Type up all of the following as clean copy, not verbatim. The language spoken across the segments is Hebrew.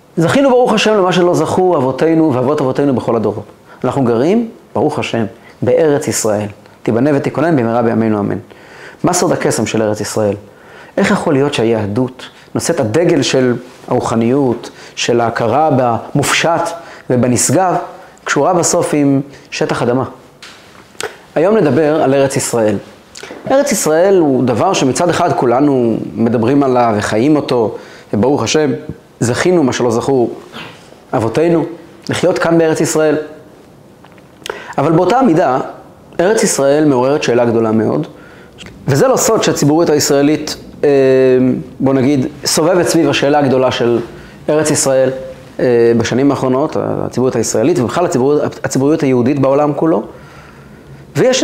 זכינו ברוך השם למה שלא זכו אבותינו ואבות אבותינו בכל הדורות. אנחנו גרים, ברוך השם, בארץ ישראל. תיבנה ותיכונן במהרה בימינו אמן. מה סוד הקסם של ארץ ישראל? איך יכול להיות שהיהדות נושאת הדגל של הרוחניות, של ההכרה במופשט ובנשגב, קשורה בסוף עם שטח אדמה? היום נדבר על ארץ ישראל. ארץ ישראל הוא דבר שמצד אחד כולנו מדברים עליו וחיים אותו, וברוך השם, זכינו מה שלא זכו אבותינו, לחיות כאן בארץ ישראל. אבל באותה מידה, ארץ ישראל מעוררת שאלה גדולה מאוד, וזה לא סוד שהציבוריות הישראלית, בוא נגיד, סובבת סביב השאלה הגדולה של ארץ ישראל בשנים האחרונות, הציבוריות הישראלית, ובכלל הציבוריות היהודית בעולם כולו. ויש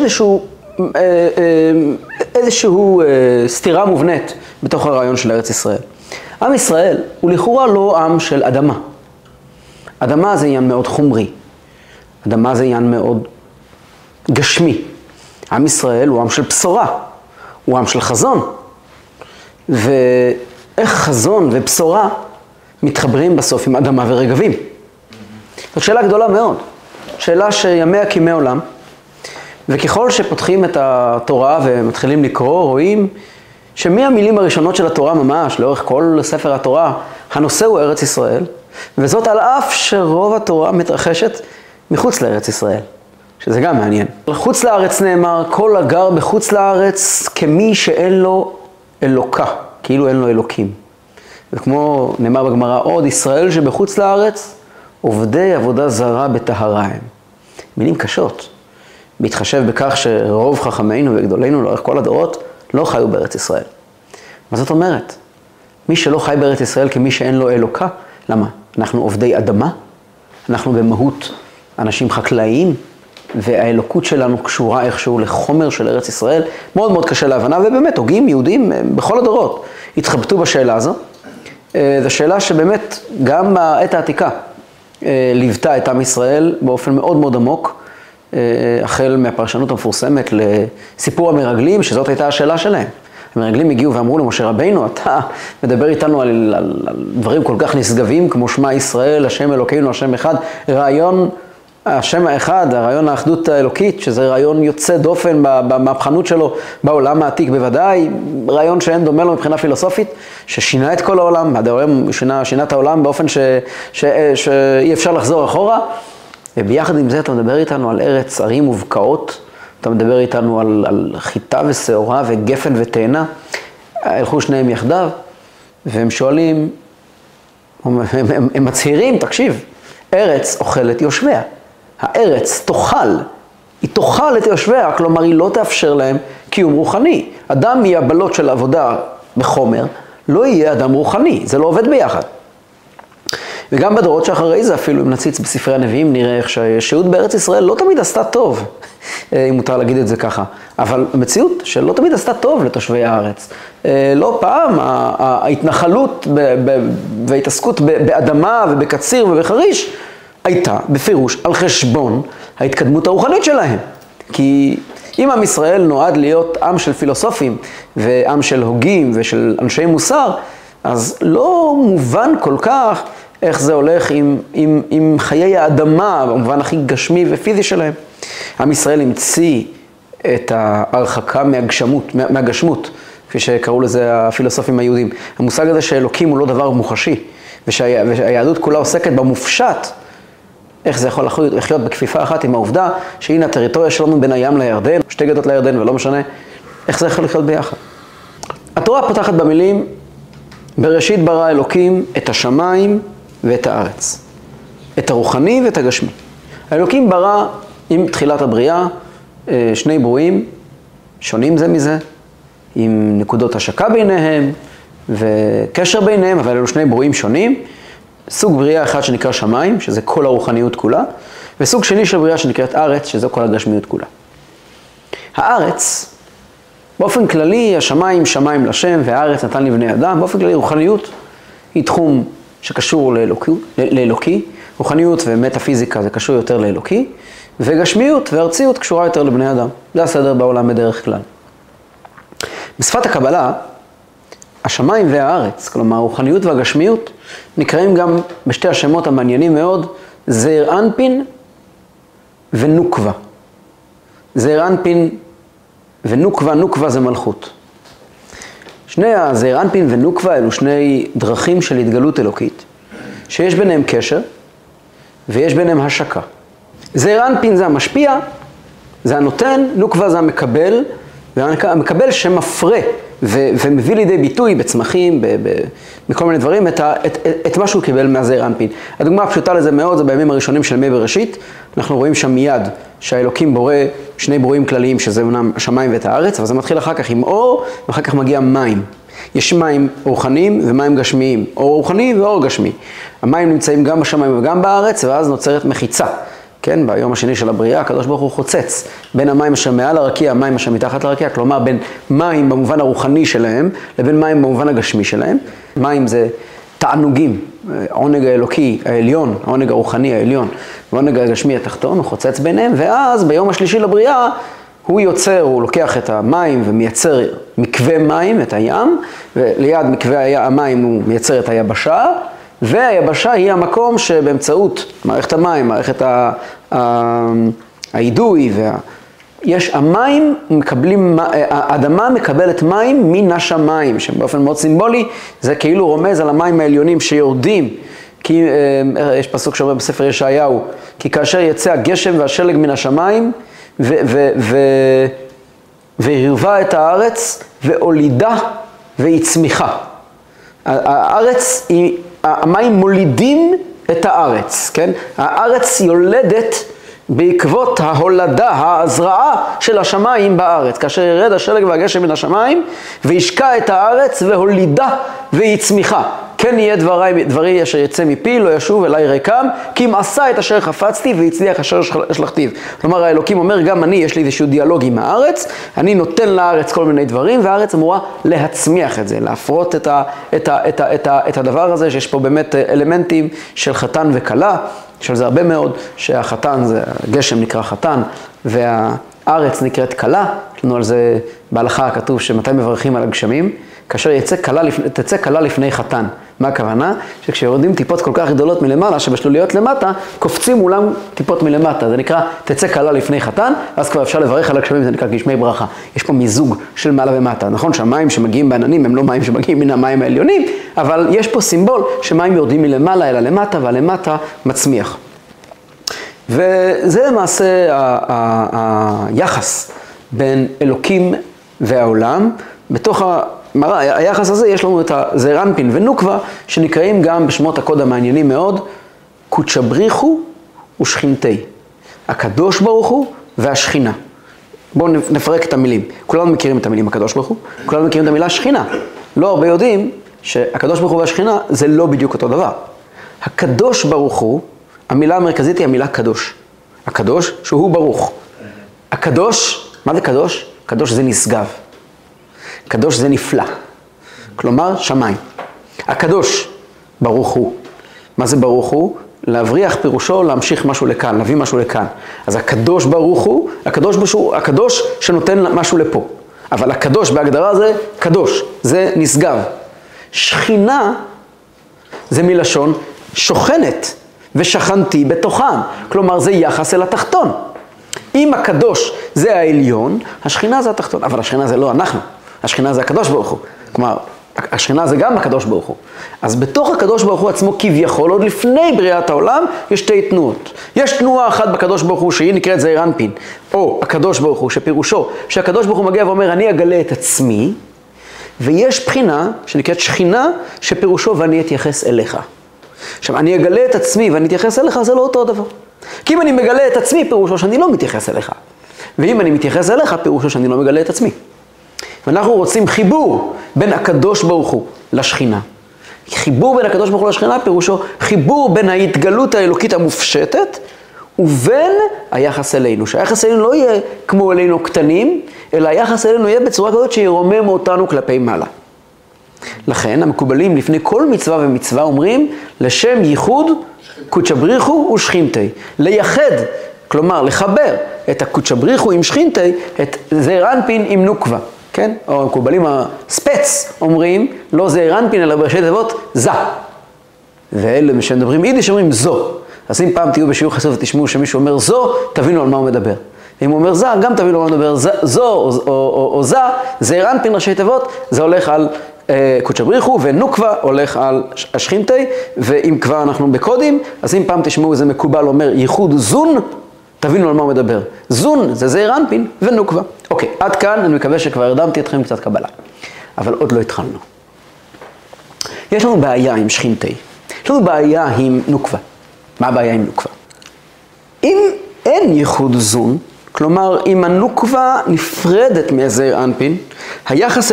איזשהו סתירה מובנית בתוך הרעיון של ארץ ישראל. עם ישראל הוא לכאורה לא עם של אדמה. אדמה זה עניין מאוד חומרי. אדמה זה עניין מאוד גשמי. עם ישראל הוא עם של בשורה. הוא עם של חזון. ואיך חזון ובשורה מתחברים בסוף עם אדמה ורגבים. זאת שאלה גדולה מאוד. שאלה שימיה כימי עולם. וככל שפותחים את התורה ומתחילים לקרוא, רואים שמהמילים הראשונות של התורה ממש, לאורך כל ספר התורה, הנושא הוא ארץ ישראל, וזאת על אף שרוב התורה מתרחשת מחוץ לארץ ישראל, שזה גם מעניין. חוץ לארץ נאמר, כל הגר בחוץ לארץ כמי שאין לו אלוקה, כאילו אין לו אלוקים. וכמו נאמר בגמרא, עוד ישראל שבחוץ לארץ, עובדי עבודה זרה בטהרה הם. מילים קשות. בהתחשב בכך שרוב חכמינו וגדולינו לאורך כל הדורות לא חיו בארץ ישראל. מה זאת אומרת? מי שלא חי בארץ ישראל כמי שאין לו אלוקה, למה? אנחנו עובדי אדמה, אנחנו במהות אנשים חקלאיים, והאלוקות שלנו קשורה איכשהו לחומר של ארץ ישראל, מאוד מאוד קשה להבנה, ובאמת הוגים יהודים בכל הדורות התחבטו בשאלה הזו. זו שאלה שבאמת גם בעת העתיקה ליוותה את עם ישראל באופן מאוד מאוד עמוק, החל מהפרשנות המפורסמת לסיפור המרגלים, שזאת הייתה השאלה שלהם. המרגלים הגיעו ואמרו למשה רבינו, אתה מדבר איתנו על דברים כל כך נשגבים כמו שמע ישראל, השם אלוקינו, השם אחד, רעיון השם האחד, הרעיון האחדות האלוקית, שזה רעיון יוצא דופן במהפכנות שלו בעולם העתיק בוודאי, רעיון שאין דומה לו מבחינה פילוסופית, ששינה את כל העולם, שינה את העולם באופן שאי אפשר לחזור אחורה, וביחד עם זה אתה מדבר איתנו על ארץ ערים ובקעות, אתה מדבר איתנו על חיטה ושעורה וגפן ותאנה, הלכו שניהם יחדיו, והם שואלים, הם מצהירים, תקשיב, ארץ אוכלת יושביה, הארץ תאכל, היא תאכל את יושביה, כלומר היא לא תאפשר להם קיום רוחני. אדם מהבלות של עבודה בחומר, לא יהיה אדם רוחני, זה לא עובד ביחד. וגם בדורות שאחרי זה, אפילו אם נציץ בספרי הנביאים, נראה איך שהשהות בארץ ישראל לא תמיד עשתה טוב, אם מותר להגיד את זה ככה. אבל המציאות שלא תמיד עשתה טוב לתושבי הארץ. לא פעם ההתנחלות וההתעסקות באדמה ובקציר ובחריש, הייתה בפירוש על חשבון ההתקדמות הרוחנית שלהם. כי אם עם ישראל נועד להיות עם של פילוסופים ועם של הוגים ושל אנשי מוסר, אז לא מובן כל כך איך זה הולך עם חיי האדמה, במובן הכי גשמי ופיזי שלהם. עם ישראל המציא את ההרחקה מהגשמות, כפי שקראו לזה הפילוסופים היהודים. המושג הזה שאלוקים הוא לא דבר מוחשי, והיהדות כולה עוסקת במופשט, איך זה יכול לחיות בכפיפה אחת עם העובדה, שהנה הטריטוריה שלנו בין הים לירדן, שתי גדות לירדן ולא משנה, איך זה יכול לחיות ביחד. התורה פותחת במילים, בראשית ברא אלוקים את השמיים ואת הארץ, את הרוחני ואת הגשמי. האלוקים ברא עם תחילת הבריאה שני ברואים שונים זה מזה, עם נקודות השקה ביניהם וקשר ביניהם, אבל אלו שני ברואים שונים. סוג בריאה אחד שנקרא שמיים, שזה כל הרוחניות כולה, וסוג שני של בריאה שנקראת ארץ, שזה כל הגשמיות כולה. הארץ, באופן כללי, השמיים שמיים לשם, והארץ נתן לבני אדם. באופן כללי, רוחניות היא תחום שקשור לאלוקי. רוחניות ומטאפיזיקה זה קשור יותר לאלוקי, וגשמיות וארציות קשורה יותר לבני אדם. זה הסדר בעולם בדרך כלל. בשפת הקבלה, השמיים והארץ, כלומר הרוחניות והגשמיות, נקראים גם בשתי השמות המעניינים מאוד, זעיר אנפין ונוקבה. זעיר אנפין ונוקבה, נוקבה זה מלכות. שני הזעיר אנפין ונוקבה אלו שני דרכים של התגלות אלוקית, שיש ביניהם קשר ויש ביניהם השקה. זעיר אנפין זה המשפיע, זה הנותן, נוקבה זה המקבל, והמקבל שמפרה ומביא לידי ביטוי בצמחים, בכל מיני דברים, את מה שהוא קיבל מהזעיר אנפין. הדוגמה הפשוטה לזה מאוד זה בימים הראשונים של ימי בראשית, אנחנו רואים שם מיד שהאלוקים בורא שני ברואים כלליים, שזה אומנם השמיים ואת הארץ, אבל זה מתחיל אחר כך עם אור, ואחר כך מגיע מים. יש מים רוחניים ומים גשמיים, אור רוחני ואור גשמי. המים נמצאים גם בשמיים וגם בארץ, ואז נוצרת מחיצה. כן, ביום השני של הבריאה, הקדוש ברוך הוא חוצץ בין המים אשר מעל הרקיע, המים אשר מתחת לרקיע, כלומר בין מים במובן הרוחני שלהם, לבין מים במובן הגשמי שלהם. מים זה תענוגים, העונג האלוקי העליון, העונג הרוחני העליון, והעונג הגשמי התחתון, הוא חוצץ ביניהם, ואז ביום השלישי לבריאה, הוא יוצר, הוא לוקח את המים ומייצר מקווה מים, את הים, וליד מקווה המים הוא מייצר את היבשה, והיבשה היא המקום שבאמצעות מערכת המים, מערכת האידוי, המים מקבלים, האדמה מקבלת מים מן השמיים, שבאופן מאוד סימבולי, זה כאילו רומז על המים העליונים שיורדים, כי יש פסוק שאומר בספר ישעיהו, כי כאשר יצא הגשם והשלג מן השמיים, והרבה את הארץ, והולידה והיא צמיחה. הארץ היא, המים מולידים את הארץ, כן? הארץ יולדת בעקבות ההולדה, ההזרעה של השמיים בארץ. כאשר ירד השלג והגשם מן השמיים, וישקע את הארץ והולידה והיא צמיחה. כן יהיה דברי אשר יצא מפי, לא ישוב אליי ריקם, כי אם עשה את אשר חפצתי והצליח אשר השלכתיו. כלומר, האלוקים אומר, גם אני, יש לי איזשהו דיאלוג עם הארץ, אני נותן לארץ כל מיני דברים, והארץ אמורה להצמיח את זה, להפרות את הדבר הזה, שיש פה באמת אלמנטים של חתן וכלה, של זה הרבה מאוד, שהחתן, הגשם נקרא חתן, והארץ נקראת כלה. יש לנו על זה בהלכה כתוב שמתי מברכים על הגשמים, כאשר תצא כלה לפני חתן. מה הכוונה? שכשיורדים טיפות כל כך גדולות מלמעלה, שבשלוליות למטה, קופצים מולם טיפות מלמטה. זה נקרא תצא כלה לפני חתן, אז כבר אפשר לברך על הגשמים, זה נקרא גשמי ברכה. יש פה מיזוג של מעלה ומטה. נכון שהמים שמגיעים בעננים הם לא מים שמגיעים מן המים העליונים, אבל יש פה סימבול שמים יורדים מלמעלה אלא למטה, והלמטה מצמיח. וזה למעשה היחס בין אלוקים והעולם. בתוך היחס הזה יש לנו את הזעיר אנפין ונוקבה, שנקראים גם בשמות הקוד המעניינים מאוד, קודשא בריחו ושכינתי. הקדוש ברוך הוא והשכינה. בואו נפרק את המילים. כולנו מכירים את המילים הקדוש ברוך הוא, כולנו מכירים את המילה שכינה. לא הרבה יודעים שהקדוש ברוך הוא והשכינה זה לא בדיוק אותו דבר. הקדוש ברוך הוא, המילה המרכזית היא המילה קדוש. הקדוש שהוא ברוך. הקדוש, מה זה קדוש? קדוש זה נשגב. קדוש זה נפלא. כלומר, שמיים. הקדוש ברוך הוא. מה זה ברוך הוא? להבריח פירושו להמשיך משהו לכאן, להביא משהו לכאן. אז הקדוש ברוך הוא, הקדוש שנותן משהו לפה. אבל הקדוש בהגדרה זה קדוש, זה נשגב. שכינה זה מלשון שוכנת ושכנתי בתוכם. כלומר, זה יחס אל התחתון. אם הקדוש זה העליון, השכינה זה התחתון. אבל השכינה זה לא אנחנו. השכינה זה הקדוש ברוך הוא. כלומר, השכינה זה גם הקדוש ברוך הוא. אז בתוך הקדוש ברוך הוא עצמו כביכול, עוד לפני בריאת העולם, יש שתי תנועות. יש תנועה אחת בקדוש ברוך הוא, שהיא נקראת זעיר אנפין, או הקדוש ברוך הוא, שפירושו, שהקדוש ברוך הוא מגיע ואומר, אני אגלה את עצמי, ויש בחינה שנקראת שכינה, שפירושו ואני אתייחס אליך. עכשיו, אני אגלה את עצמי ואני אתייחס אליך, זה לא אותו דבר. כי אם אני מגלה את עצמי, פירושו שאני לא מתייחס אליך. ואם אני מתייחס אליך, פירושו שאני לא מגלה את עצמי. ואנחנו רוצים חיבור בין הקדוש ברוך הוא לשכינה. חיבור בין הקדוש ברוך הוא לשכינה, פירושו חיבור בין ההתגלות האלוקית המופשטת, ובין היחס אלינו. שהיחס אלינו לא יהיה כמו אלינו קטנים, אלא היחס אלינו יהיה בצורה כזאת שירומם אותנו כלפי מעלה. לכן המקובלים לפני כל מצווה ומצווה אומרים, לשם ייחוד קודשא בריחו ושכינתי. לייחד, כלומר לחבר את הקודשא בריחו עם שכינתי, את זעיר אנפין עם נוקבה. כן? או המקובלים הספץ אומרים, לא זעיר אנפין אלא בראשי תיבות, זה. ואלה שמדברים יידיש אומרים זו. אז אם פעם תהיו בשיעור חסות ותשמעו שמישהו אומר זו, תבינו על מה הוא מדבר. אם הוא אומר זה, גם תבינו על מה הוא מדבר. זו או זה, זעיר אנפין ראשי תיבות, זה הולך על קודשא בריחו, ונוקבה הולך על השכינתי, ואם כבר אנחנו בקודים, אז אם פעם תשמעו איזה מקובל אומר ייחוד זון, תבינו על מה הוא מדבר. זון זה זעיר אנפין ונוקבה. אוקיי, עד כאן אני מקווה שכבר הרדמתי אתכם קצת קבלה. אבל עוד לא התחלנו. יש לנו בעיה עם שכינתי. יש לנו בעיה עם נוקבה. מה הבעיה עם נוקבה? אם אין ייחוד זון, כלומר אם הנוקבה נפרדת מהזעיר אנפין, היחס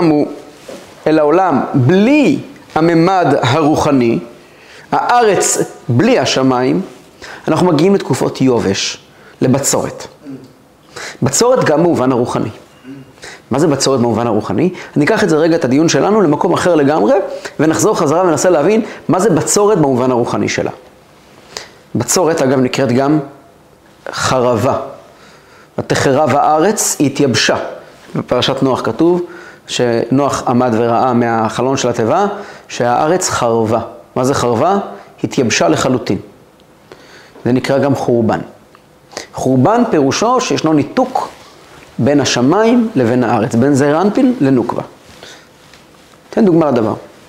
אל העולם בלי הממד הרוחני, הארץ בלי השמיים, אנחנו מגיעים לתקופות יובש, לבצורת. בצורת גם במובן הרוחני. מה זה בצורת במובן הרוחני? אני אקח את זה רגע, את הדיון שלנו, למקום אחר לגמרי, ונחזור חזרה וננסה להבין מה זה בצורת במובן הרוחני שלה. בצורת, אגב, נקראת גם חרבה. ותחרב הארץ התייבשה. בפרשת נוח כתוב שנוח עמד וראה מהחלון של התיבה שהארץ חרבה. מה זה חרבה? התייבשה לחלוטין. זה נקרא גם חורבן. חורבן פירושו שישנו ניתוק בין השמיים לבין הארץ, בין זעיר אנפין לנוקבה. תן דוגמה לדבר.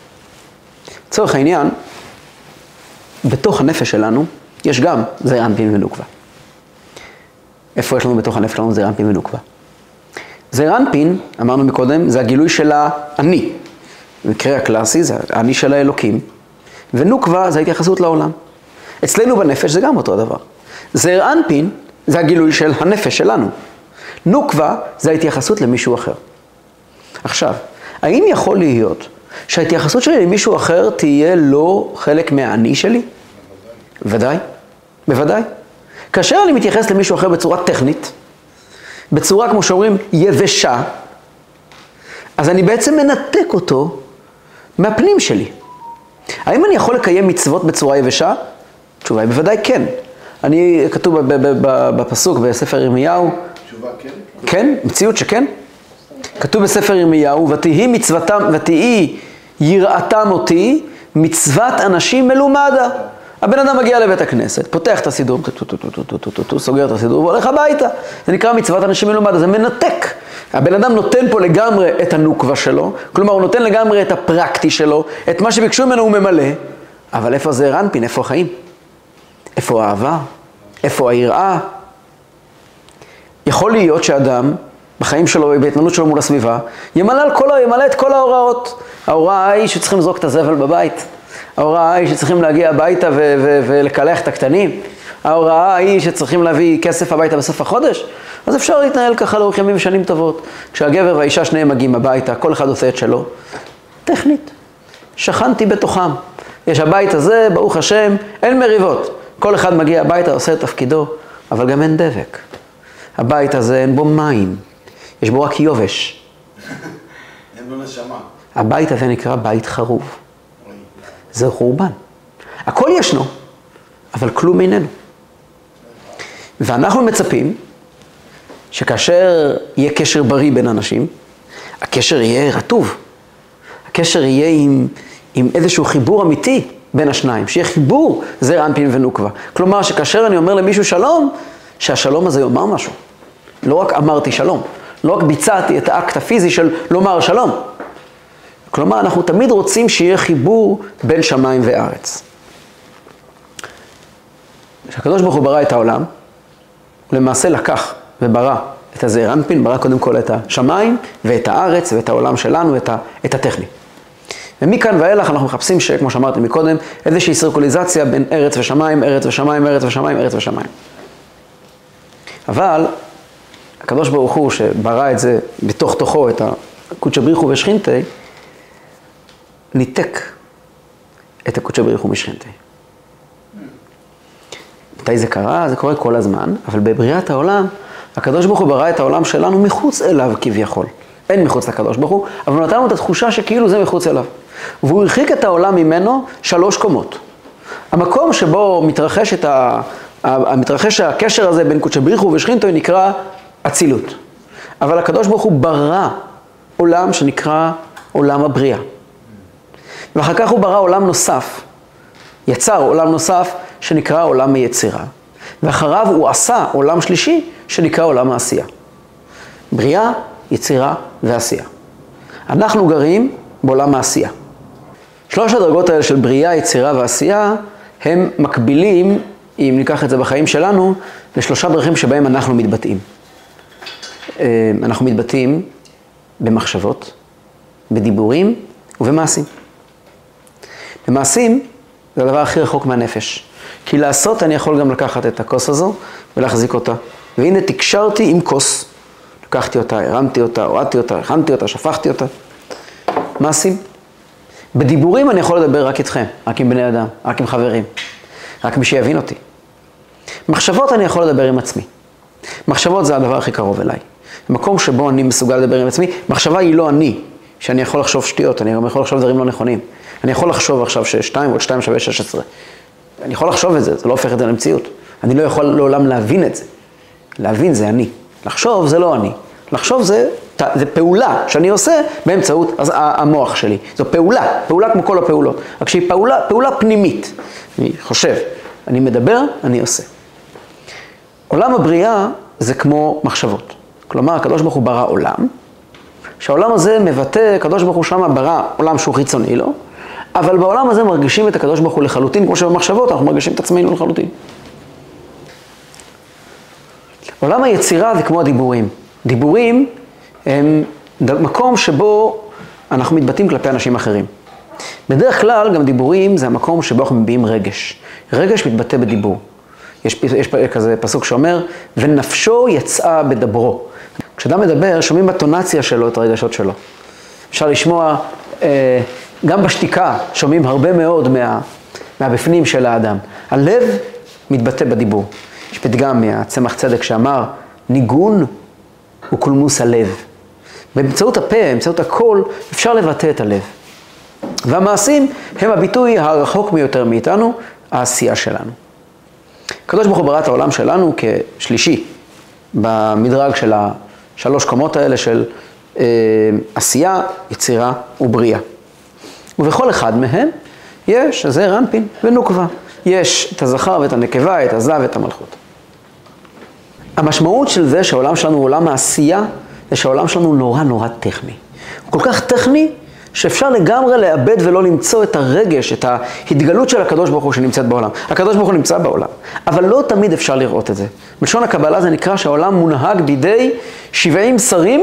לצורך העניין, בתוך הנפש שלנו יש גם זעיר אנפין ונוקבה. איפה יש לנו בתוך הנפש שלנו זעיר אנפין ונוקבה? זעיר אנפין, אמרנו מקודם, זה הגילוי של האני. במקרה הקלאסי זה האני של האלוקים, ונוקבה זה ההתייחסות לעולם. אצלנו בנפש זה גם אותו הדבר. זעיר אנפין זה הגילוי של הנפש שלנו. נוקבה זה ההתייחסות למישהו אחר. עכשיו, האם יכול להיות שההתייחסות שלי למישהו אחר תהיה לא חלק מהאני שלי? ודאי. בוודאי. כאשר אני מתייחס למישהו אחר בצורה טכנית, בצורה כמו שאומרים יבשה, אז אני בעצם מנתק אותו מהפנים שלי. האם אני יכול לקיים מצוות בצורה יבשה? התשובה היא בוודאי כן. כתוב בפסוק בספר ירמיהו, תשובה כן? כן, מציאות שכן. כתוב בספר ירמיהו, ותהי מצוותם, ותהי יראתם אותי, מצוות אנשים מלומדה. הבן אדם מגיע לבית הכנסת, פותח את הסידור, סוגר את הסידור והולך הביתה. זה נקרא מצוות אנשים מלומדה, זה מנתק. הבן אדם נותן פה לגמרי את הנוקבה שלו, כלומר הוא נותן לגמרי את הפרקטי שלו, את מה שביקשו ממנו הוא ממלא, אבל איפה זעיר אנפין, איפה החיים? איפה האהבה? איפה היראה? יכול להיות שאדם, בחיים שלו, בהתנהלות שלו מול הסביבה, ימלא את כל ההוראות. ההוראה היא שצריכים לזרוק את הזבל בבית. ההוראה היא שצריכים להגיע הביתה ולקלח את הקטנים. ההוראה היא שצריכים להביא כסף הביתה בסוף החודש. אז אפשר להתנהל ככה לאורך ימים ושנים טובות. כשהגבר והאישה שניהם מגיעים הביתה, כל אחד עושה את שלו. טכנית. שכנתי בתוכם. יש הבית הזה, ברוך השם, אין מריבות. כל אחד מגיע הביתה, עושה את תפקידו, אבל גם אין דבק. הבית הזה אין בו מים, יש בו רק יובש. אין בו נשמה. הבית הזה נקרא בית חרוב. זה חורבן. הכל ישנו, אבל כלום איננו. ואנחנו מצפים שכאשר יהיה קשר בריא בין אנשים, הקשר יהיה רטוב. הקשר יהיה עם איזשהו חיבור אמיתי בין השניים, שיהיה חיבור זעיר אנפין ונוקבה. כלומר שכאשר אני אומר למישהו שלום, שהשלום הזה יאמר משהו. לא רק אמרתי שלום, לא רק ביצעתי את האקט הפיזי של לומר שלום. כלומר, אנחנו תמיד רוצים שיהיה חיבור בין שמיים וארץ. כשהקדוש ברוך הוא ברא את העולם, הוא למעשה לקח וברא את הזעיר אנפין, ברא קודם כל את השמיים ואת הארץ ואת העולם שלנו, את הטכני. ומכאן ואילך אנחנו מחפשים כמו שאמרתי מקודם, איזושהי סירקוליזציה בין ארץ ושמיים, ארץ ושמיים, ארץ ושמיים, ארץ ושמיים. אבל הקדוש ברוך הוא שברא את זה בתוך תוכו, את הקודשא בריחו ושכינתי, ניתק את הקודשא בריחו משכינתי. מתי זה קרה? זה קורה כל הזמן, אבל בבריאת העולם, הקדוש ברוך הוא ברא את העולם שלנו מחוץ אליו כביכול. אין מחוץ לקדוש ברוך הוא, אבל נתן לנו את התחושה שכאילו זה מחוץ אליו. והוא הרחיק את העולם ממנו 3 קומות. המקום שבו מתרחש הקשר הזה בין קודשא בריחו ושכינתי נקרא אצילות. אבל הקדוש ברוך הוא ברא עולם שנקרא עולם הבריאה. ואחר כך הוא ברא עולם נוסף, יצר עולם נוסף שנקרא עולם היצירה. ואחריו הוא עשה עולם שלישי שנקרא עולם העשייה. בריאה, יצירה ועשייה. אנחנו גרים בעולם העשייה. 3 הדרגות האלה של בריאה, יצירה ועשייה הם מקבילים, אם ניקח את זה בחיים שלנו, ל3 דרכים שבהם אנחנו מתבטאים. אנחנו מתבטאים במחשבות, בדיבורים ובמעשים. במעשים זה הדבר הכי רחוק מהנפש. כי לעשות אני יכול גם לקחת את הכוס הזו ולהחזיק אותה. והנה תקשרתי עם כוס. לקחתי אותה, הרמתי אותה, הורדתי אותה, הכנתי אותה, שפכתי אותה. מעשים. בדיבורים אני יכול לדבר רק איתכם, רק עם בני אדם, רק עם חברים, רק מי שיבין אותי. מחשבות אני יכול לדבר עם עצמי. מחשבות זה הדבר הכי קרוב אליי. במקום שבו אני מסוגל לדבר עם עצמי, מחשבה היא לא אני, שאני יכול לחשוב שטויות, אני גם יכול לחשוב דברים לא נכונים. אני יכול לחשוב עכשיו ש2 ועוד 2 שווה 16. אני יכול לחשוב את זה, זה לא הופך את זה למציאות. אני לא יכול לעולם להבין את זה. להבין זה אני. לחשוב זה לא אני. לחשוב זה פעולה שאני עושה באמצעות המוח שלי. זו פעולה כמו כל הפעולות. רק שהיא פעולה פנימית. אני חושב, אני מדבר, אני עושה. עולם הבריאה זה כמו מחשבות. כלומר, הקדוש ברוך הוא ברא עולם, שהעולם הזה מבטא, הקדוש ברוך הוא שמה ברא עולם שהוא חיצוני לו, אבל בעולם הזה מרגישים את הקדוש ברוך הוא לחלוטין, כמו שבמחשבות אנחנו מרגישים את עצמנו לחלוטין. עולם היצירה זה כמו הדיבורים. דיבורים הם מקום שבו אנחנו מתבטאים כלפי אנשים אחרים. בדרך כלל גם דיבורים זה המקום שבו אנחנו מביעים רגש. רגש מתבטא בדיבור. יש כזה פסוק שאומר, ונפשו יצאה בדברו. כשאדם מדבר, שומעים בטונציה שלו את הרגשות שלו. אפשר לשמוע, גם בשתיקה, שומעים הרבה מאוד מהבפנים של האדם. הלב מתבטא בדיבור. יש פתגם מהצמח צדק שאמר, ניגון הוא קולמוס הלב. באמצעות הפה, באמצעות הקול, אפשר לבטא את הלב. והמעשים הם הביטוי הרחוק מיותר מאיתנו, העשייה שלנו. הקדוש ברוך הוא ברא את העולם שלנו כשלישי, במדרג של 3 קומות האלה של עשייה, יצירה ובריאה. ובכל אחד מהם יש זעיר אנפין ונוקבה. יש את הזכר ואת הנקבה, את הזב ואת המלכות. המשמעות של זה שהעולם שלנו הוא עולם העשייה, זה שהעולם שלנו נורא טכני. הוא כל כך טכני שאפשר לגמרי לאבד ולא למצוא את הרגש, את ההתגלות של הקדוש ברוך הוא שנמצאת בעולם. הקדוש ברוך הוא נמצא בעולם, אבל לא תמיד אפשר לראות את זה. בלשון הקבלה זה נקרא שהעולם מונהג בידי 70 שרים,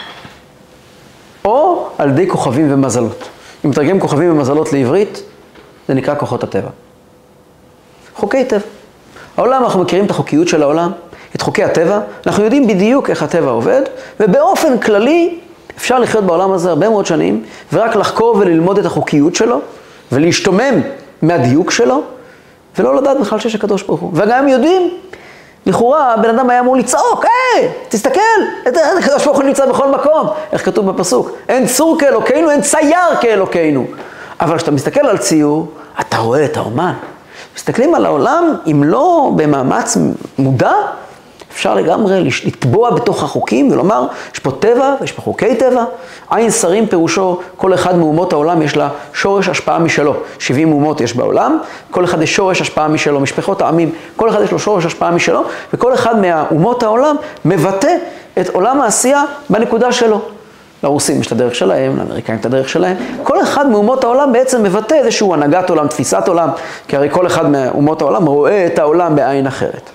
או על ידי כוכבים ומזלות. אם מתרגם כוכבים ומזלות לעברית, זה נקרא כוחות הטבע. חוקי טבע. העולם, אנחנו מכירים את החוקיות של העולם, את חוקי הטבע, אנחנו יודעים בדיוק איך הטבע עובד, ובאופן כללי אפשר לחיות בעולם הזה הרבה מאוד שנים, ורק לחקור וללמוד את החוקיות שלו, ולהשתומם מהדיוק שלו, ולא לדעת בכלל שיש הקדוש ברוך הוא. וגם יודעים, לכאורה, בן אדם היה אמור לצעוק, תסתכל, הקדוש ברוך הוא נמצא בכל מקום, איך כתוב בפסוק, אין צור כאלוקינו, אין צייר כאלוקינו. אבל כשאתה מסתכל על ציור, אתה רואה את האומן. מסתכלים על העולם, אם לא במאמץ מודע, אפשר לגמרי לטבוע בתוך החוקים ולומר, יש פה טבע ויש פה חוקי טבע. עין שרים פירושו, כל אחד מאומות העולם יש לה שורש השפעה משלו. 70 אומות יש בעולם, כל אחד יש שורש השפעה משלו. משפחות העמים, כל אחד יש לו שורש השפעה משלו, וכל אחד מהאומות העולם מבטא את עולם העשייה בנקודה שלו. לרוסים יש את הדרך שלהם, לאמריקאים את הדרך שלהם. כל אחד מאומות העולם בעצם מבטא איזשהו הנהגת עולם, תפיסת עולם, כי הרי כל אחד מאומות העולם רואה את העולם בעין אחרת.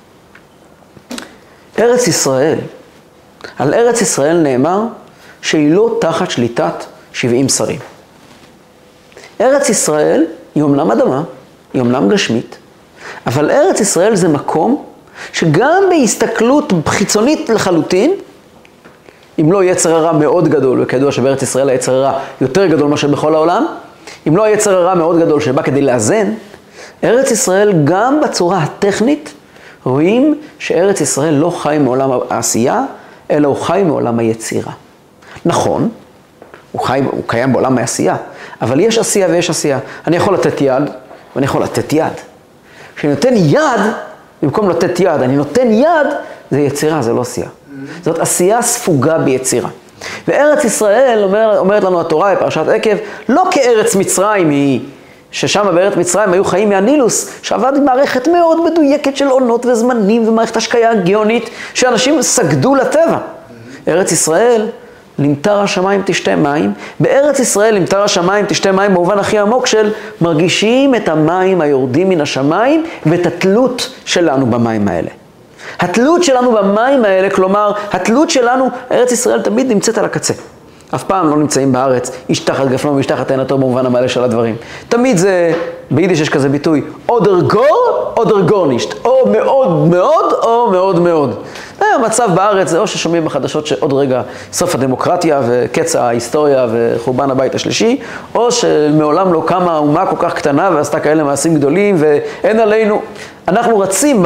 ארץ ישראל, על ארץ ישראל נאמר שהיא לא תחת שליטת 70 שרים. ארץ ישראל היא אומנם אדמה, היא אומנם גשמית, אבל ארץ ישראל זה מקום שגם בהסתכלות חיצונית לחלוטין, אם לא יצר הרע מאוד גדול, וכידוע שבארץ ישראל היצר הרע יותר גדול מאשר בכל העולם, אם לא היצר הרע מאוד גדול שבא כדי לאזן, ארץ ישראל גם בצורה הטכנית, רואים שארץ ישראל לא חי מעולם העשייה, אלא הוא חי מעולם היצירה. נכון, הוא קיים בעולם העשייה, אבל יש עשייה ויש עשייה. אני יכול לתת יד, ואני יכול לתת יד. כשאני נותן יד, במקום לתת יד, אני נותן יד, זה יצירה, זה לא עשייה. זאת עשייה ספוגה ביצירה. וארץ ישראל, אומרת לנו התורה בפרשת עקב, לא כארץ מצרים היא, ששם בארץ מצרים היו חיים מהנילוס, שעבד עם מערכת מאוד מדויקת של עונות וזמנים ומערכת השקיה גיאונית, שאנשים סגדו לטבע. ארץ ישראל, למטר השמיים תשתה מים. בארץ ישראל למטר השמיים תשתה מים במובן הכי עמוק של מרגישים את המים היורדים מן השמיים ואת התלות שלנו במים האלה. התלות שלנו במים האלה, כלומר, התלות שלנו, ארץ ישראל תמיד נמצאת על הקצה. אף פעם לא נמצאים בארץ, איש תחת גפנו ואיש תחת תאנתו במובן המלא של הדברים. תמיד זה, ביידיש יש כזה ביטוי, oder gar, oder gar nicht, או מאוד מאוד, או מאוד מאוד. המצב בארץ זה או ששומעים בחדשות שעוד רגע סוף הדמוקרטיה וקץ ההיסטוריה וחורבן הבית השלישי, או שמעולם לא קמה אומה כל כך קטנה ועשתה כאלה מעשים גדולים ואין עלינו. אנחנו רצים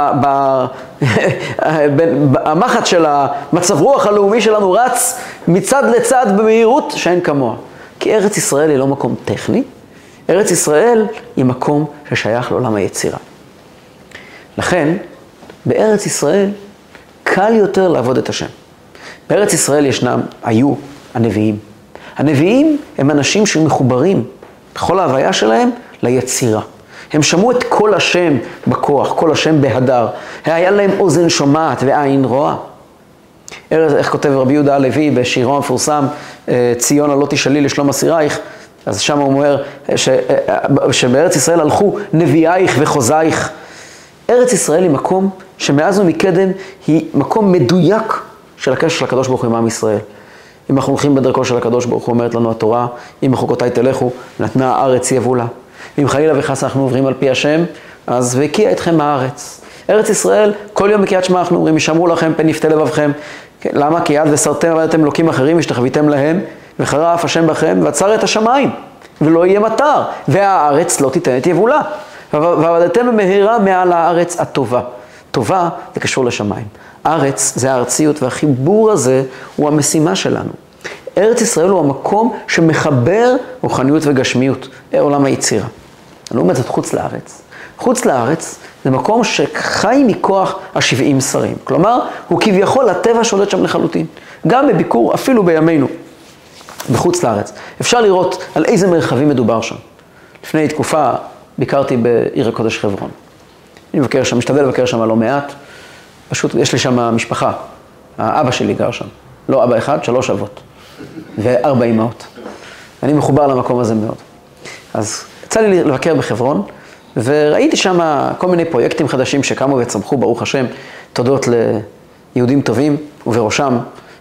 המחט של המצב רוח הלאומי שלנו רץ מצד לצד במהירות שאין כמוה. כי ארץ ישראל היא לא מקום טכני, ארץ ישראל היא מקום ששייך לעולם היצירה. לכן, בארץ ישראל קל יותר לעבוד את השם. בארץ ישראל היו הנביאים. הנביאים הם אנשים שמחוברים בכל ההוויה שלהם ליצירה. הם שמעו את כל השם בכוח, כל השם בהדר. היה להם אוזן שומעת ועין רואה. איך כותב רבי יהודה הלוי בשירו המפורסם, ציונה לא תשאלי לשלום אסירייך, אז שם הוא אומר שבארץ ישראל הלכו נביאייך וחוזייך. ארץ ישראל היא מקום שמאז ומקדם היא מקום מדויק של הקשר של הקדוש ברוך הוא עם עם ישראל. אם אנחנו הולכים בדרכו של הקדוש ברוך הוא, אומרת לנו התורה, אם בחוקותיי תלכו, נתנה הארץ יבולה. ואם חלילה וחס אנחנו עוברים על פי השם, אז והקיע אתכם מהארץ. ארץ ישראל, כל יום בקריאת שמע אנחנו אומרים, ישמרו לכם פן יפתה לבבכם. למה? כי יד וסרתם ועבדתם אלוקים אחרים ושתחוויתם להם, וחרה אף השם בכם ועצר את השמיים, ולא יהיה מטר, והארץ לא תיתן את יבולה. ועבדתם במהרה מעל הארץ הטובה. טובה זה קשור לשמיים. ארץ זה הארציות, והחיבור הזה הוא המשימה שלנו. ארץ ישראל הוא המקום שמחבר רוחניות וגשמיות, עולם היצירה. לעומת זאת חוץ לארץ. חוץ לארץ זה מקום שחי מכוח ה-70 שרים. כלומר, הוא כביכול הטבע שולט שם לחלוטין. גם בביקור, אפילו בימינו, בחוץ לארץ. אפשר לראות על איזה מרחבים מדובר שם. לפני תקופה ביקרתי בעיר הקודש חברון. אני מבקר שם, משתדל לבקר שם לא מעט. פשוט יש לי שם משפחה. האבא שלי גר שם. לא אבא אחד, 3 אבות. ו4 אמהות. אני מחובר למקום הזה מאוד. אז יצא לי לבקר בחברון, וראיתי שם כל מיני פרויקטים חדשים שקמו וצמחו, ברוך השם, תודות ליהודים טובים, ובראשם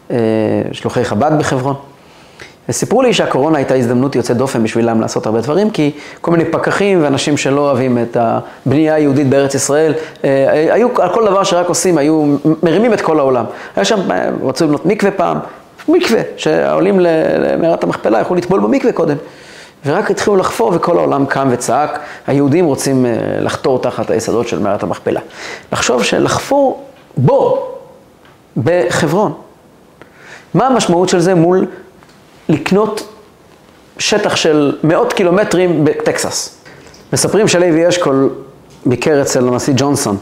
שלוחי חב"ד בחברון. וסיפרו לי שהקורונה הייתה הזדמנות יוצאת דופן בשבילם לעשות הרבה דברים, כי כל מיני פקחים ואנשים שלא אוהבים את הבנייה היהודית בארץ ישראל, היו על כל דבר שרק עושים, היו מרימים את כל העולם. היה שם, רצו לבנות מקווה פעם, מקווה, שהעולים למערת המכפלה יכולו לטבול במקווה קודם. ורק התחילו לחפור וכל העולם קם וצעק, היהודים רוצים לחתור תחת היסודות של מערת המכפלה. לחשוב שלחפור בו בחברון. מה המשמעות של זה מול לקנות שטח של 100 קילומטרים בטקסס? מספרים שלוי אשכול ביקר אצל הנשיא ג'ונסון.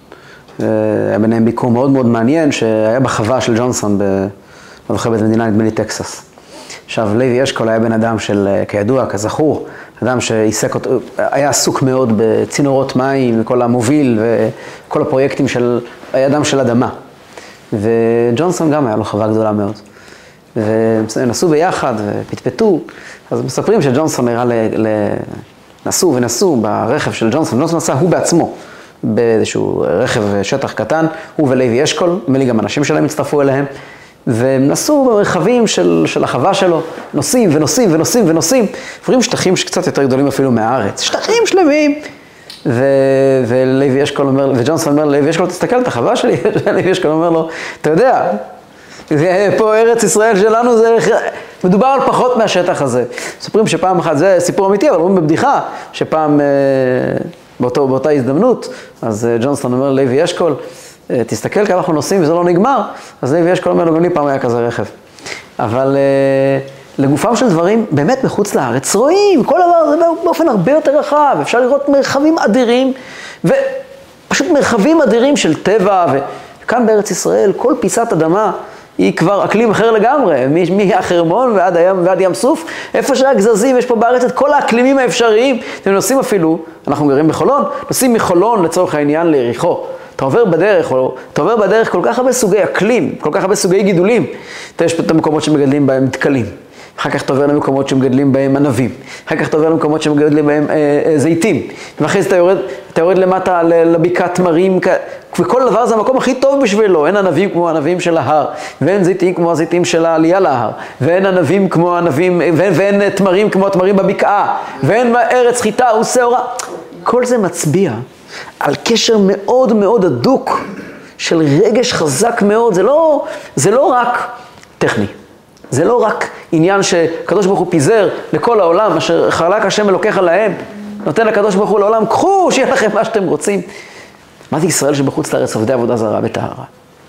היה ביניהם ביקור מאוד מאוד מעניין שהיה בחווה של ג'ונסון במדינה נדמה לי טקסס. עכשיו, לוי אשכול היה בן אדם של, כידוע, כזכור, אדם שעיסק אותו, היה עסוק מאוד בצינורות מים וכל המוביל וכל הפרויקטים של, היה אדם של אדמה. וג'ונסון גם היה לו חווה גדולה מאוד. והם נסעו ביחד ופטפטו, אז מספרים שג'ונסון הראה נסעו ברכב של ג'ונסון, ג'ונסון נסע הוא בעצמו באיזשהו רכב שטח קטן, הוא ולוי אשכול, מלי גם אנשים שלהם הצטרפו אליהם, והם נסעו ברכבים של החווה שלו, נוסעים ונוסעים ונוסעים ונוסעים, עוברים שטחים שקצת יותר גדולים אפילו מהארץ, שטחים שלמים. ולוי אשכול אומר, וג'ונסון אומר, לוי אשכול תסתכל את החווה שלי, ולוי אשכול אומר לו, אתה יודע, פה ארץ ישראל שלנו, מדובר על פחות מהשטח הזה. מספרים שפעם אחת, זה סיפור אמיתי, אבל אומרים בבדיחה, שפעם באותה הזדמנות, אז ג'ונסון אומר לוי אשכול, תסתכל כמה אנחנו נוסעים וזה לא נגמר, אז לוי אשכול אומר לו, גם לי פעם היה כזה רכב. אבל לגופם של דברים, באמת מחוץ לארץ, רואים, כל דבר זה באופן הרבה יותר רחב, אפשר לראות מרחבים אדירים, ופשוט מרחבים אדירים של טבע, וכאן בארץ ישראל, כל פיסת אדמה, היא כבר אקלים אחר לגמרי, מהחרמון ועד ים סוף, איפה שרק זזים, יש פה בארץ את כל האקלימים האפשריים. אתם נוסעים אפילו, אנחנו גרים בחולון, נוסעים מחולון לצורך העניין ליריחו. אתה עובר בדרך כל כך הרבה סוגי אקלים, כל כך הרבה סוגי גידולים. יש פה את המקומות שמגדלים בהם דקלים. אחר כך אתה עובר למקומות שמגדלים בהם ענבים. אחר כך אתה עובר למקומות שמגדלים בהם זיתים. ואחרי זה אתה יורד למטה לבקעת תמרים. וכל דבר זה המקום הכי טוב בשבילו. אין ענבים כמו הענבים של ההר. ואין זיתים כמו הזיתים של העלייה להר. ואין ענבים כמו הענבים, ואין תמרים כמו התמרים בבקעה. ואין ארץ חיטה ושעורה. כל זה מצביע על קשר מאוד מאוד הדוק של רגש חזק מאוד. זה לא רק טכני. זה לא רק עניין שקדוש ברוך הוא פיזר לכל העולם, אשר חלק השם אלוקיך להם, נותן לקדוש ברוך הוא לעולם, קחו, שיהיה לכם מה שאתם רוצים. מה זה ישראל שבחוץ לארץ עובדי עבודה זרה בטהרה?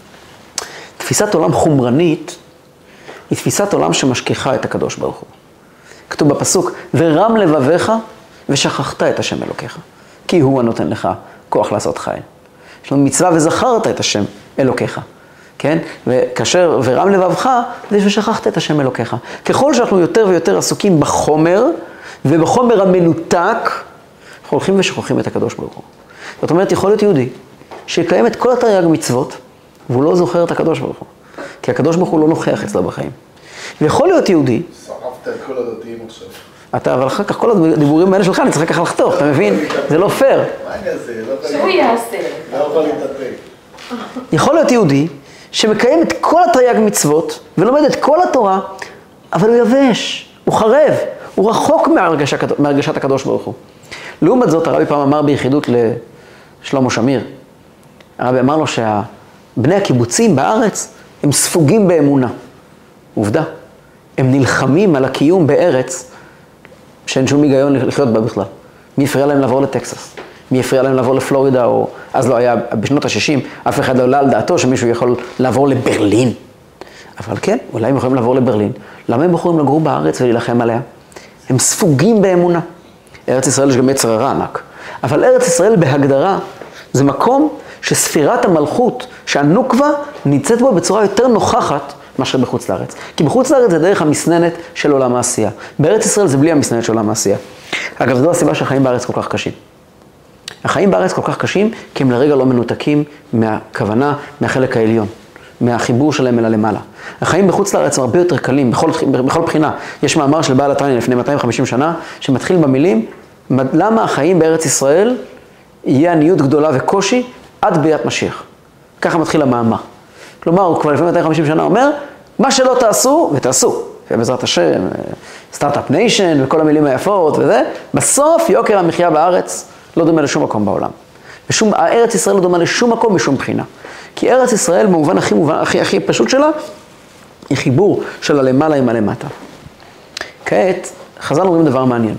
תפיסת עולם חומרנית היא תפיסת עולם שמשכיחה את הקדוש ברוך הוא. כתוב בפסוק, ורם לבביך ושכחת את השם אלוקיך, כי הוא הנותן לך כוח לעשות חיל. יש לנו מצווה וזכרת את השם אלוקיך. כן? וכאשר ורם לבבך, זה ששכחת את השם אלוקיך. ככל שאנחנו יותר ויותר עסוקים בחומר, ובחומר המנותק, אנחנו הולכים ושוכחים את הקדוש ברוך הוא. זאת אומרת, יכול להיות יהודי, שיקיים את כל התרי"ג מצוות, והוא לא זוכר את הקדוש ברוך הוא. כי הקדוש ברוך הוא לא נוכח אצלו בחיים. ויכול להיות יהודי... שרפת את כל הדתיים עכשיו. אבל אחר כך כל הדיבורים האלה שלך, אני צריך ככה לחתוך, אתה מבין? זה לא פייר. מה אני אעשה? שהוא יעשה. לא יכול להתאפק. יכול להיות יהודי, שמקיים את כל התרי"ג מצוות, ולומד את כל התורה, אבל הוא יבש, הוא חרב, הוא רחוק מהרגשת הקדוש ברוך הוא. לעומת זאת, הרבי פעם אמר ביחידות לשלמה שמיר, הרבי אמר לו שהבני הקיבוצים בארץ הם ספוגים באמונה. עובדה, הם נלחמים על הקיום בארץ שאין שום היגיון לחיות בה בכלל. מי הפריע להם לעבור לטקסס? מי הפריע להם לעבור לפלורידה, או אז לא היה, בשנות ה-60, אף אחד לא עלה על דעתו שמישהו יכול לעבור לברלין. אבל כן, אולי הם יכולים לעבור לברלין. למה הם בוחרים לגור בארץ ולהילחם עליה? הם ספוגים באמונה. ארץ ישראל יש גם יצר הרע ענק. אבל ארץ ישראל בהגדרה זה מקום שספירת המלכות, שהנוקבה נמצאת בו בצורה יותר נוכחת מאשר בחוץ לארץ. כי בחוץ לארץ זה דרך המסננת של עולם העשייה. בארץ ישראל זה בלי המסננת של עולם העשייה. אגב, זו הסיבה שהחיים בארץ כל כך קשים. החיים בארץ כל כך קשים, כי הם לרגע לא מנותקים מהכוונה, מהחלק העליון, מהחיבור שלהם אל הלמעלה. החיים בחוץ לארץ הם הרבה יותר קלים, בכל בחינה. יש מאמר של בעל התניא לפני 250 שנה, שמתחיל במילים, למה החיים בארץ ישראל יהיה עניות גדולה וקושי עד ביאת משיח. ככה מתחיל המאמר. כלומר, הוא כבר לפני 250 שנה אומר, מה שלא תעשו, ותעשו. בעזרת השם, סטארט-אפ ניישן וכל המילים היפות וזה, בסוף יוקר המחיה בארץ לא דומה לשום מקום בעולם. ארץ ישראל לא דומה לשום מקום בשום בחינה. כי ארץ ישראל במובן הכי פשוט שלה, היא חיבור של הלמעלה עם הלמטה. כעת, חז"ל אומרים דבר מעניין.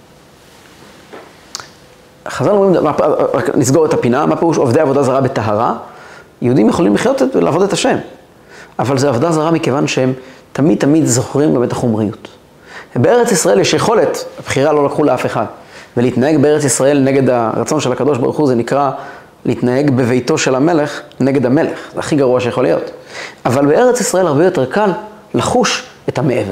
חז"ל אומרים, רק נסגור את הפינה, מה פירוש עובדי עבודה זרה בטהרה? יהודים יכולים לחיות ולעבוד את השם. אבל זה עבודה זרה מכיוון שהם תמיד זוכרים גם את החומריות. בארץ ישראל יש יכולת, הבחירה לא לקחו לאף אחד. ולהתנהג בארץ ישראל נגד הרצון של הקדוש ברוך הוא, זה נקרא להתנהג בביתו של המלך נגד המלך. זה הכי גרוע שיכול להיות. אבל בארץ ישראל הרבה יותר קל לחוש את המעבר.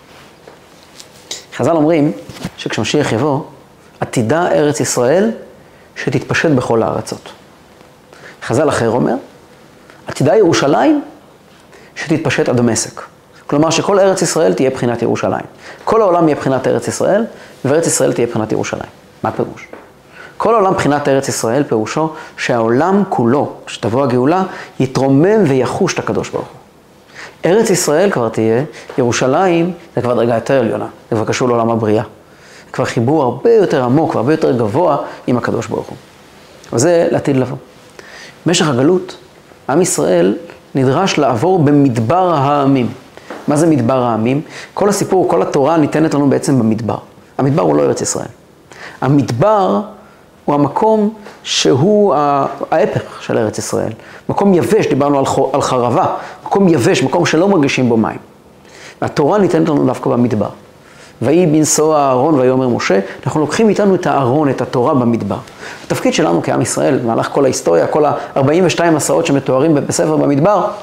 חז"ל אומרים שכשמשיח יבוא, עתידה ארץ ישראל שתתפשט בכל הארצות. חז"ל אחר אומר, עתידה ירושלים שתתפשט עד דמשק. כלומר שכל ארץ ישראל תהיה בחינת ירושלים. כל העולם יהיה בחינת ארץ ישראל, וארץ ישראל תהיה בחינת ירושלים. מה פירוש? כל העולם בחינת ארץ ישראל פירושו שהעולם כולו, שתבוא הגאולה, יתרומם ויחוש את הקדוש ברוך הוא. ארץ ישראל כבר תהיה, ירושלים זה כבר דרגה יותר עליונה, זה כבר קשור לעולם הבריאה. זה כבר חיבור הרבה יותר עמוק והרבה יותר גבוה עם הקדוש ברוך הוא. וזה לעתיד לבוא. במשך הגלות, עם ישראל נדרש לעבור במדבר העמים. מה זה מדבר העמים? כל הסיפור, כל התורה ניתנת לנו בעצם במדבר. המדבר הוא לא ארץ ישראל. המדבר הוא המקום שהוא ההפך של ארץ ישראל. מקום יבש, דיברנו על חרבה, מקום יבש, מקום שלא מרגישים בו מים. והתורה ניתנת לנו דווקא במדבר. ויהי בנשוא הארון ויאמר משה, אנחנו לוקחים איתנו את הארון, את התורה במדבר. התפקיד שלנו כעם ישראל, במהלך כל ההיסטוריה, כל ה-42 מסעות שמתוארים בספר במדבר,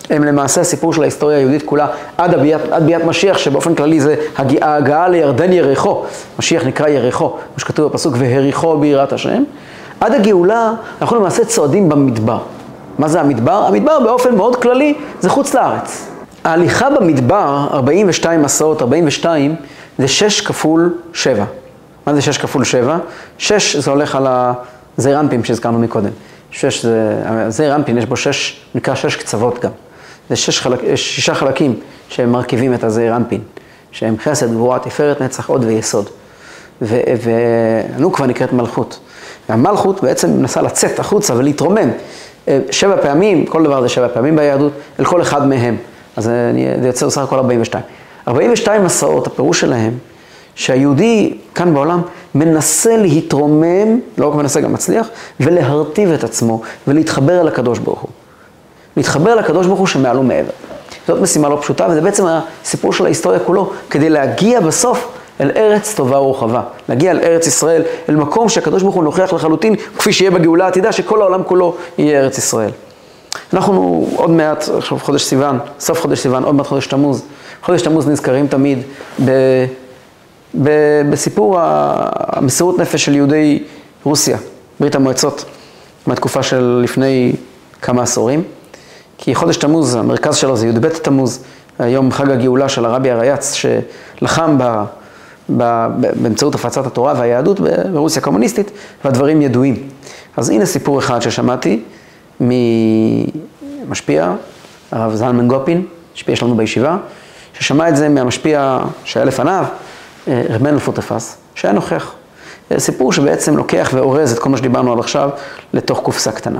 הם למעשה הסיפור של ההיסטוריה היהודית כולה עד ביאת משיח, שבאופן כללי זה ההגעה לירדן יריחו. משיח נקרא יריחו, כמו שכתוב בפסוק, והריחו ביראת השם. עד הגאולה אנחנו למעשה צועדים במדבר. מה זה המדבר? המדבר באופן מאוד כללי זה חוץ לארץ. ההליכה במדבר, 42 מסעות, 42, זה 6 כפול 7. מה זה 6 כפול 7? 6 זה הולך על הזעיר אנפין שהזכרנו מקודם. 6 זה, זעיר אנפין יש בו 6, נקרא 6 קצוות גם. זה 6 חלקים שמרכיבים את הזעיר אנפין, שהם חסד, גבורה, תפארת, נצח, עוד ויסוד. והנוקבה נקראת מלכות. והמלכות בעצם מנסה לצאת החוצה ולהתרומם 7 פעמים, כל דבר זה 7 פעמים ביהדות, אל כל אחד מהם. אז זה יוצא בסך הכל 42. 42 מסעות, הפירוש שלהם, שהיהודי כאן בעולם מנסה להתרומם, לא רק מנסה גם מצליח, ולהרטיב את עצמו ולהתחבר אל הקדוש ברוך הוא. להתחבר לקדוש ברוך הוא שמעל ומעבר. זאת משימה לא פשוטה, וזה בעצם הסיפור של ההיסטוריה כולו, כדי להגיע בסוף אל ארץ טובה ורחבה. להגיע אל ארץ ישראל, אל מקום שהקדוש ברוך הוא נוכח לחלוטין, כפי שיהיה בגאולה העתידה, שכל העולם כולו יהיה ארץ ישראל. אנחנו עוד מעט, עכשיו חודש סיוון, סוף חודש סיוון, עוד מעט חודש תמוז. חודש תמוז נזכרים תמיד בסיפור המסירות נפש של יהודי רוסיה, ברית המועצות, מהתקופה של לפני כמה עשורים. כי חודש תמוז, המרכז שלו זה י"ב תמוז, היום חג הגאולה של הרבי הרייץ, שלחם באמצעות הפצת התורה והיהדות ברוסיה הקומוניסטית, והדברים ידועים. אז הנה סיפור אחד ששמעתי ממשפיע, הרב זלמן גופין, משפיע שלנו בישיבה, ששמע את זה מהמשפיע שהיה לפניו, רב מנדל פוטרפס, שהיה נוכח. סיפור שבעצם לוקח ואורז את כל מה שדיברנו עד עכשיו לתוך קופסה קטנה.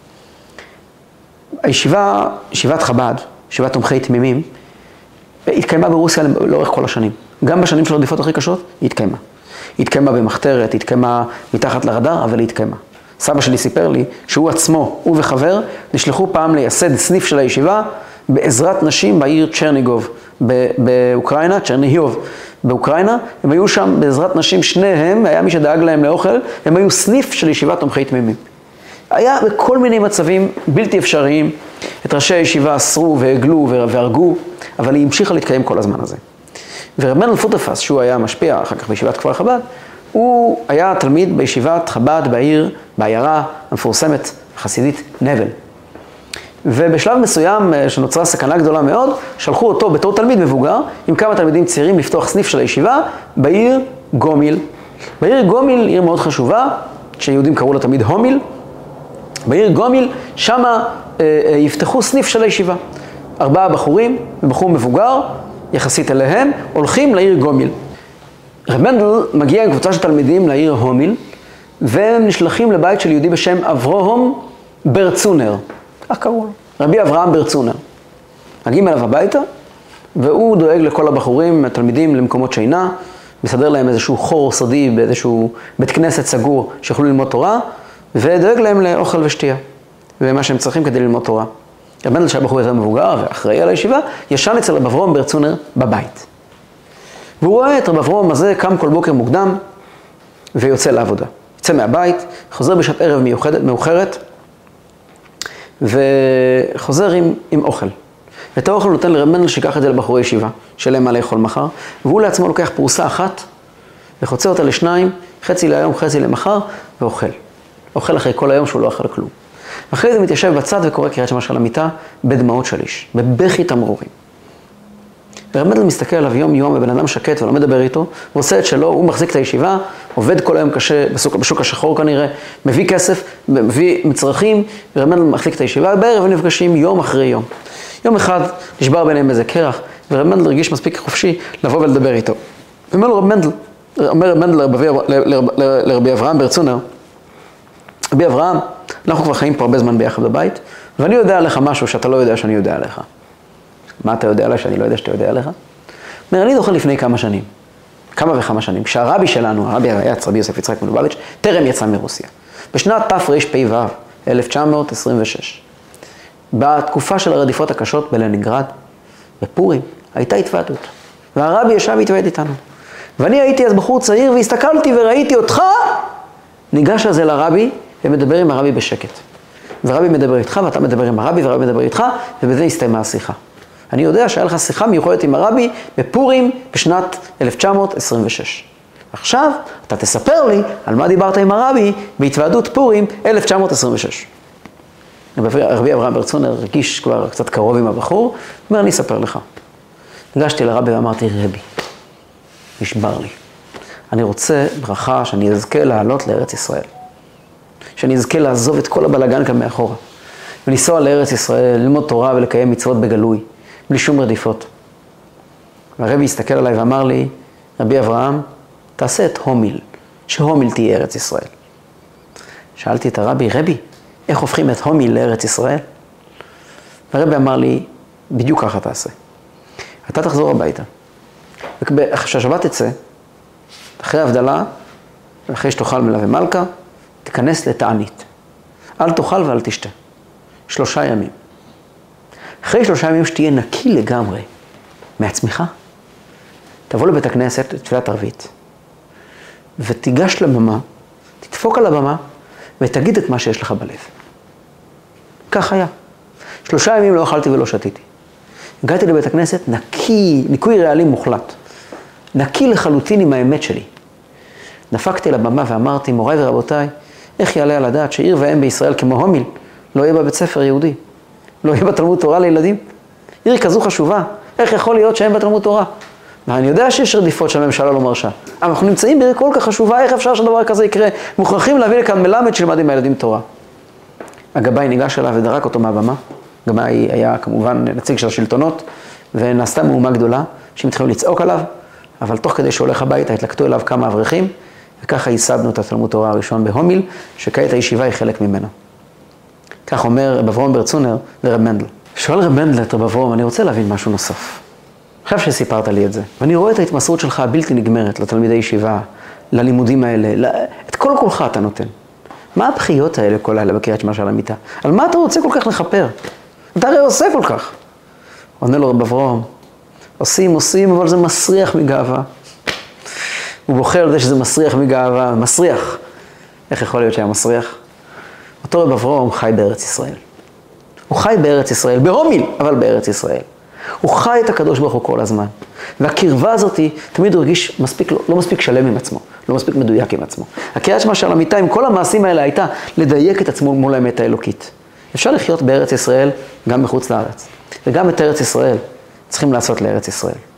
הישיבה, ישיבת חב"ד, ישיבת תומכי תמימים, התקיימה ברוסיה לאורך כל השנים. גם בשנים של הרדיפות הכי קשות, היא התקיימה. היא התקיימה במחתרת, היא התקיימה מתחת לרדאר, אבל היא התקיימה. סבא שלי סיפר לי שהוא עצמו, הוא וחבר, נשלחו פעם לייסד סניף של הישיבה בעזרת נשים בעיר צ'רניגוב באוקראינה, צ'רניהיוב באוקראינה. הם היו שם בעזרת נשים, שניהם, היה מי שדאג להם לאוכל, הם היו סניף של ישיבת תומכי תמימים. היה בכל מיני מצבים בלתי אפשריים, את ראשי הישיבה אסרו והגלו והרגו, אבל היא המשיכה להתקיים כל הזמן הזה. ורב מנדל פוטרפס, שהוא היה משפיע אחר כך בישיבת כפר חב"ד, הוא היה תלמיד בישיבת חב"ד בעיירה המפורסמת החסידית נבל. ובשלב מסוים שנוצרה סכנה גדולה מאוד, שלחו אותו בתור תלמיד מבוגר, עם כמה תלמידים צעירים לפתוח סניף של הישיבה בעיר גומיל. בעיר גומיל, עיר מאוד חשובה, שיהודים קראו לה תמיד הומיל. בעיר גומיל, שמה יפתחו סניף של הישיבה. 4 בחורים ובחור מבוגר, יחסית אליהם, הולכים לעיר גומיל. רב מנדל מגיע עם קבוצה של תלמידים לעיר הומיל, והם נשלחים לבית של יהודי בשם אברהם ברצונר. כך קראו לו, רבי אברהם ברצונר. מגיעים אליו הביתה, והוא דואג לכל הבחורים, התלמידים, למקומות שינה, מסדר להם איזשהו חור סודי באיזשהו בית כנסת סגור שיוכלו ללמוד תורה, ודואג להם לאוכל ושתייה, ומה שהם צריכים כדי ללמוד תורה. רב מנדל שהיה בחור יותר מבוגר ואחראי על הישיבה, ישן אצל רב אברהם ברצונר בבית. והוא רואה את רב אברהם הזה קם כל בוקר מוקדם ויוצא לעבודה. יוצא מהבית, חוזר בשעת ערב מאוחרת, וחוזר עם אוכל. ואת האוכל הוא נותן לרב מנדל שיקח את זה לבחורי ישיבה, שלהם מה לאכול מחר, והוא לעצמו לוקח פרוסה אחת, וחוצה אותה לשניים, חצי להיום, חצי למחר, ואוכל. אוכל אחרי כל היום שהוא לא אכל כלום. אחרי זה מתיישב בצד וקורא קריאת שמע של המיטה בדמעות של איש, בבכי תמרורים. ורב מנדל מסתכל עליו יום יום, ובן אדם שקט ולא מדבר איתו, ועושה את שלו, הוא מחזיק את הישיבה, עובד כל היום קשה בשוק השחור כנראה, מביא כסף, מביא מצרכים, ורב מנדל מחזיק את הישיבה, בערב הם נפגשים יום אחרי יום. יום אחד נשבר ביניהם איזה קרח, ורב מנדל הרגיש מספיק חופשי לבוא ולדבר איתו. אומר רב מנדל לרבי אברהם ברצונר, רבי אברהם, אנחנו כבר חיים פה הרבה זמן ביחד בבית, ואני יודע עליך משהו שאתה לא יודע שאני יודע עליך. מה אתה יודע עליי שאני לא יודע שאתה יודע עליך? אומר, אני זוכר לפני כמה וכמה שנים, כשהרבי שלנו, הרבי הרייץ, רבי יוסף יצחק מלובביץ', טרם יצא מרוסיה. בשנת תרפ"ו, 1926, בתקופה של הרדיפות הקשות בלנינגרד, בפורים, הייתה התוועדות. והרבי ישב והתוועד איתנו. ואני הייתי אז בחור צעיר והסתכלתי וראיתי אותך, ניגש אז אל הרבי ומדבר עם הרבי בשקט. ורבי מדבר איתך, ואתה מדבר עם הרבי, ורבי מדבר איתך, ובזה הסתיימה השיחה. אני יודע שהיה לך שיחה מיוחדת עם הרבי בפורים בשנת 1926. עכשיו, אתה תספר לי על מה דיברת עם הרבי בהתוועדות פורים 1926. רבי אברהם ברצונר הרגיש כבר קצת קרוב עם הבחור, אומר, אני אספר לך. ניגשתי לרבי ואמרתי, רבי, נשבר לי. אני רוצה ברכה שאני אזכה לעלות לארץ ישראל. שאני אזכה לעזוב את כל הבלגן כאן מאחורה. ולנסוע לארץ ישראל, ללמוד תורה ולקיים מצוות בגלוי, בלי שום רדיפות. והרבי הסתכל עליי ואמר לי, רבי אברהם, תעשה את הומיל, שהומיל תהיה ארץ ישראל. שאלתי את הרבי, רבי, איך הופכים את הומיל לארץ ישראל? והרבי אמר לי, בדיוק ככה תעשה. אתה תחזור הביתה. כשהשבת תצא, אחרי ההבדלה, אחרי שתאכל מלווה מלכה, תיכנס לתענית. אל תאכל ואל תשתה. 3 ימים. אחרי 3 ימים שתהיה נקי לגמרי מעצמך, תבוא לבית הכנסת, לתפילת ערבית, ותיגש לבמה, תדפוק על הבמה, ותגיד את מה שיש לך בלב. כך היה. 3 ימים לא אכלתי ולא שתיתי. הגעתי לבית הכנסת נקי, ניקוי רעלים מוחלט. נקי לחלוטין עם האמת שלי. דפקתי לבמה ואמרתי, מוריי ורבותיי, איך יעלה על הדעת שעיר ואם בישראל כמו הומיל, לא יהיה בה בית ספר יהודי, לא יהיה בה תלמוד תורה לילדים? עיר כזו חשובה, איך יכול להיות שאין בה תלמוד תורה? ואני יודע שיש רדיפות שהממשלה לא מרשה, אבל אנחנו נמצאים בעיר כל כך חשובה, איך אפשר שדבר כזה יקרה? מוכרחים להביא לכאן מלמד שילמד עם הילדים תורה. הגבאי ניגש אליו ודרק אותו מהבמה. הגבאי היה כמובן נציג של השלטונות, ונעשתה מהומה גדולה, שהם התחילו לצעוק עליו, אבל תוך כדי שהולך הביתה התלקטו אליו כמה אברכים, וככה ייסדנו את התלמוד תורה הראשון בהומיל, שכעת הישיבה היא חלק ממנו. כך אומר רב אברהם ברצונר ורב מנדל. שואל רב מנדל את רב אברהם, אני רוצה להבין משהו נוסף. עכשיו שסיפרת לי את זה, ואני רואה את ההתמסרות שלך הבלתי נגמרת לתלמידי ישיבה, ללימודים האלה, את כל כולך אתה נותן. מה הבחיות האלה כל האלה בקריאת שמע של המיטה? על מה אתה רוצה כל כך לכפר? אתה הרי עושה כל כך. עונה לו רב אברהם, עושים, אבל זה מסריח מגאווה. הוא בוחר על זה שזה מסריח מגאווה, מסריח. איך יכול להיות שהיה מסריח? אותו רב אברהם חי בארץ ישראל. הוא חי בארץ ישראל, בהומיל, אבל בארץ ישראל. הוא חי את הקדוש ברוך הוא כל הזמן. והקרבה הזאת תמיד הוא הרגיש לא מספיק שלם עם עצמו, לא מספיק מדויק עם עצמו. הקריאת שמע של המיטה עם כל המעשים האלה הייתה לדייק את עצמו מול האמת האלוקית. אפשר לחיות בארץ ישראל גם מחוץ לארץ. וגם את ארץ ישראל צריכים לעשות לארץ ישראל.